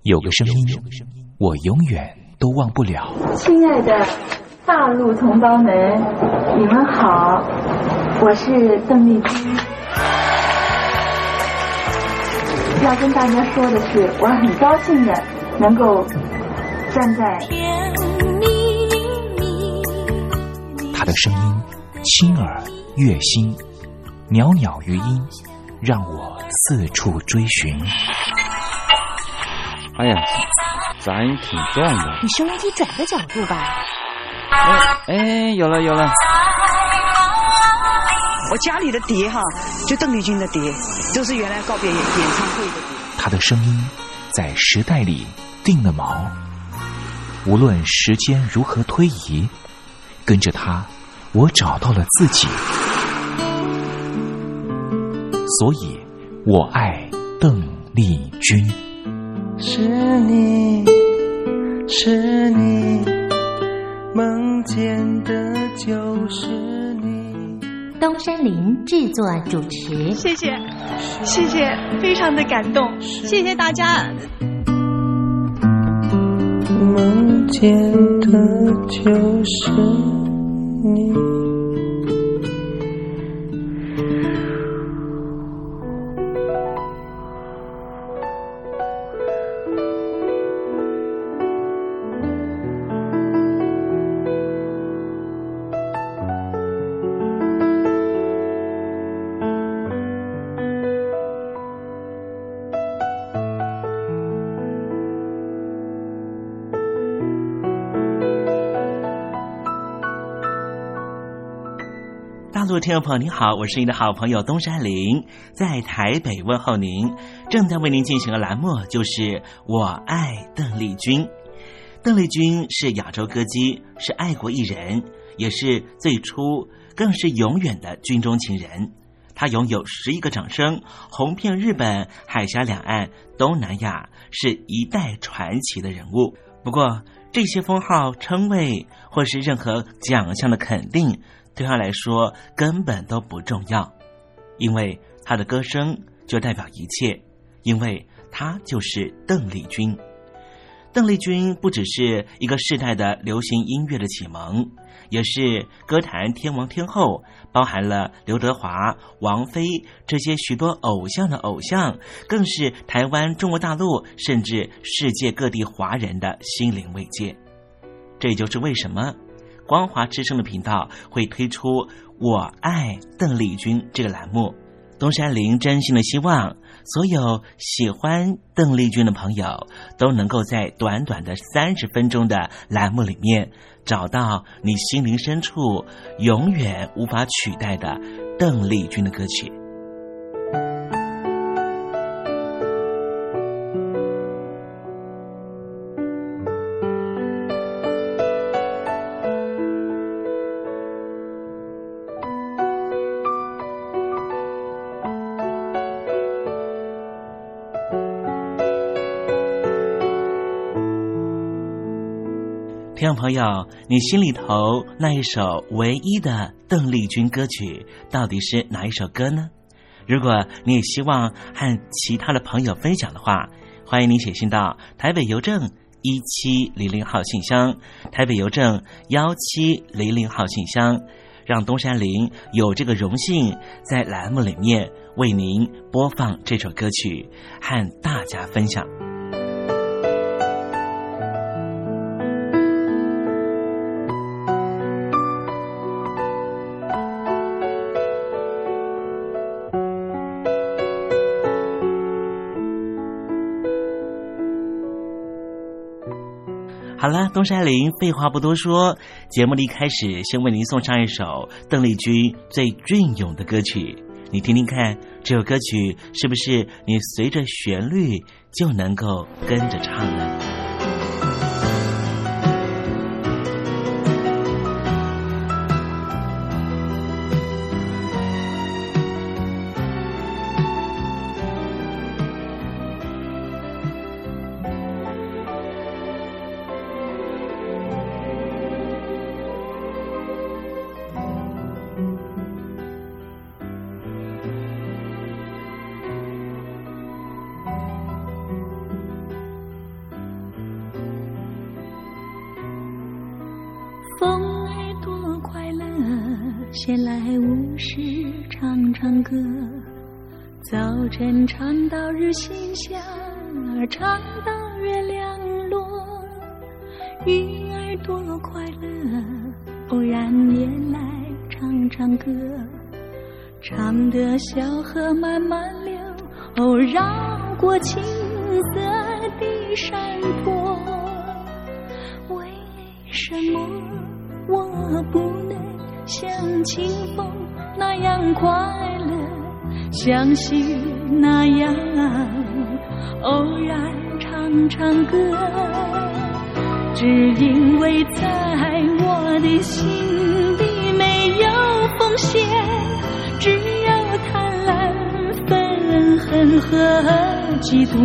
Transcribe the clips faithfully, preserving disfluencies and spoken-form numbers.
有个声音，我永远都忘不了。 亲爱的大陆同胞们，你们好，我是邓丽君。要跟大家说的是，我很高兴的能够站在他的声音轻耳悦心，袅袅余音，让我四处追寻。 哎呀，咱挺壮的。 你收音机转个角度吧。 哎哎，有了有了。 我家里的碟哈，就邓丽君的碟，都是原来告别演唱会的碟。 他的声音在时代里定了锚，无论时间如何推移，跟着他，我找到了自己。所以，我爱邓丽君。 是你，是你，梦见的就是你。 东山林制作主持。 谢谢，谢谢，非常的感动，谢谢大家。 梦见的就是你。 大陆听众朋友您好，我是您的好朋友东山林，在台北问候您。正在为您进行的栏目就是我爱邓丽君。邓丽君是亚洲歌姬，是爱国艺人，也是最初更是永远的军中情人。她拥有十一个掌声，红遍日本、海峡两岸、东南亚，是一代传奇的人物。不过这些封号、称谓或是任何奖项的肯定，对他来说根本都不重要，因为他的歌声就代表一切，因为他就是邓丽君。邓丽君不只是一个世代的流行音乐的启蒙，也是歌坛天王天后，包含了刘德华、王菲这些许多偶像的偶像，更是台湾、中国大陆甚至世界各地华人的心灵慰藉。这也就是为什么光华之声的频道会推出我爱邓丽君这个栏目。东山林真心的希望所有喜欢邓丽君的朋友都能够在短短的三十分钟的栏目里面找到你心灵深处永远无法取代的邓丽君的歌曲。听众朋友，你心里头那一首唯一的邓丽君歌曲到底是哪一首歌呢？如果你也希望和其他的朋友分享的话，欢迎你写信到台北邮政一七零零号信箱，台北邮政一七零零号信箱，让东山林有这个荣幸在栏目里面为您播放这首歌曲，和大家分享。好了，东山林废话不多说，节目的一开始先为您送上一首邓丽君最隽永的歌曲，你听听看，这首歌曲是不是你随着旋律就能够跟着唱呢？ 风儿多快乐，闲来无事唱唱歌，早晨唱到日西下，唱到月亮落。鱼儿多快乐，偶然也来唱唱歌，唱得小河慢慢流，哦，绕过青色的山坡。为什么我不能像清风那样快乐，像细雨那样偶然唱唱歌？只因为在我的心里没有奉献，只有贪婪、愤恨和嫉妒。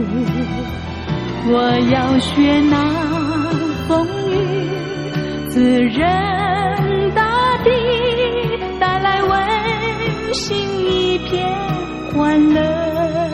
我要学那风雨滋润大地，带来温馨一片欢乐。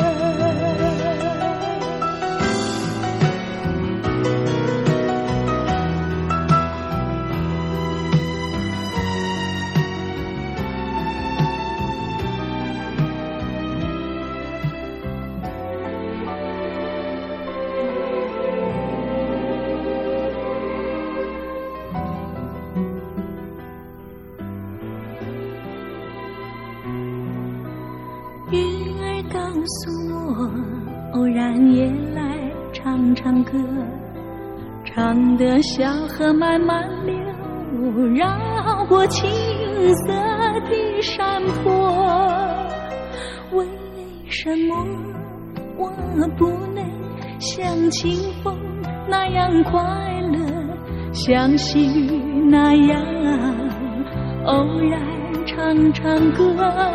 偶然也来唱唱歌，唱得小河慢慢流，绕过青色的山坡。为什么我不能像清风那样快乐，像细雨那样偶然唱唱歌？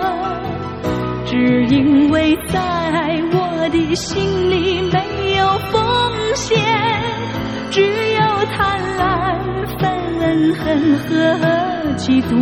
只因为在我的心里没有奉献，只有贪婪、愤恨和嫉妒。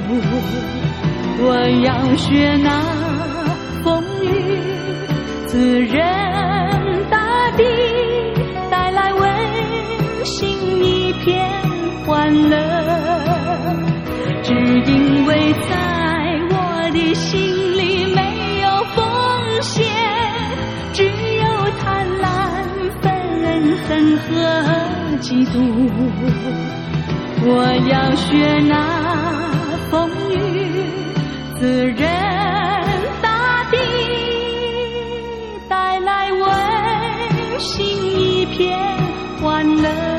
我要学那风雨滋润大地，带来温馨一片欢乐。只因为在我的心里没有奉献，只有贪婪、愤恨和嫉妒。我要学那风雨滋润大地，带来温馨一片欢乐。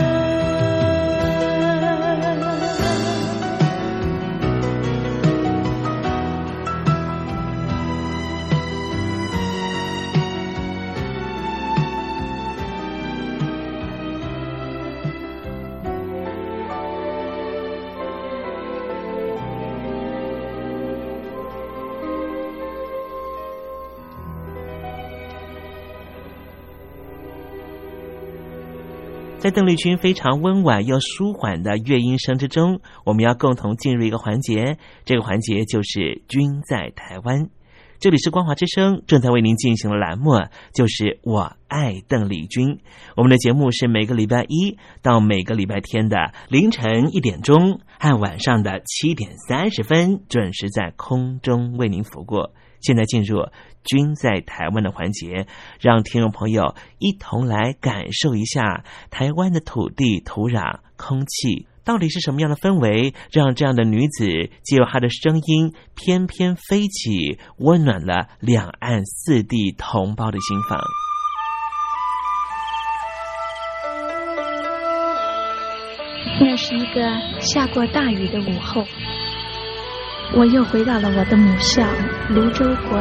在邓丽君非常温婉又舒缓的乐音声之中，我们要共同进入一个环节，这个环节就是君在台湾。这里是光华之声，正在为您进行的栏目就是我爱邓丽君。我们的节目是每个礼拜一到每个礼拜天的凌晨一点钟和晚上的七点三十分准时在空中为您服务。现在进入君在台湾的环节，让听众朋友一同来感受一下台湾的土地、土壤、空气到底是什么样的氛围，让这样的女子借由她的声音翩翩飞起，温暖了两岸四地同胞的心房。 那是一个下过大雨的午后，我又回到了我的母校泸州国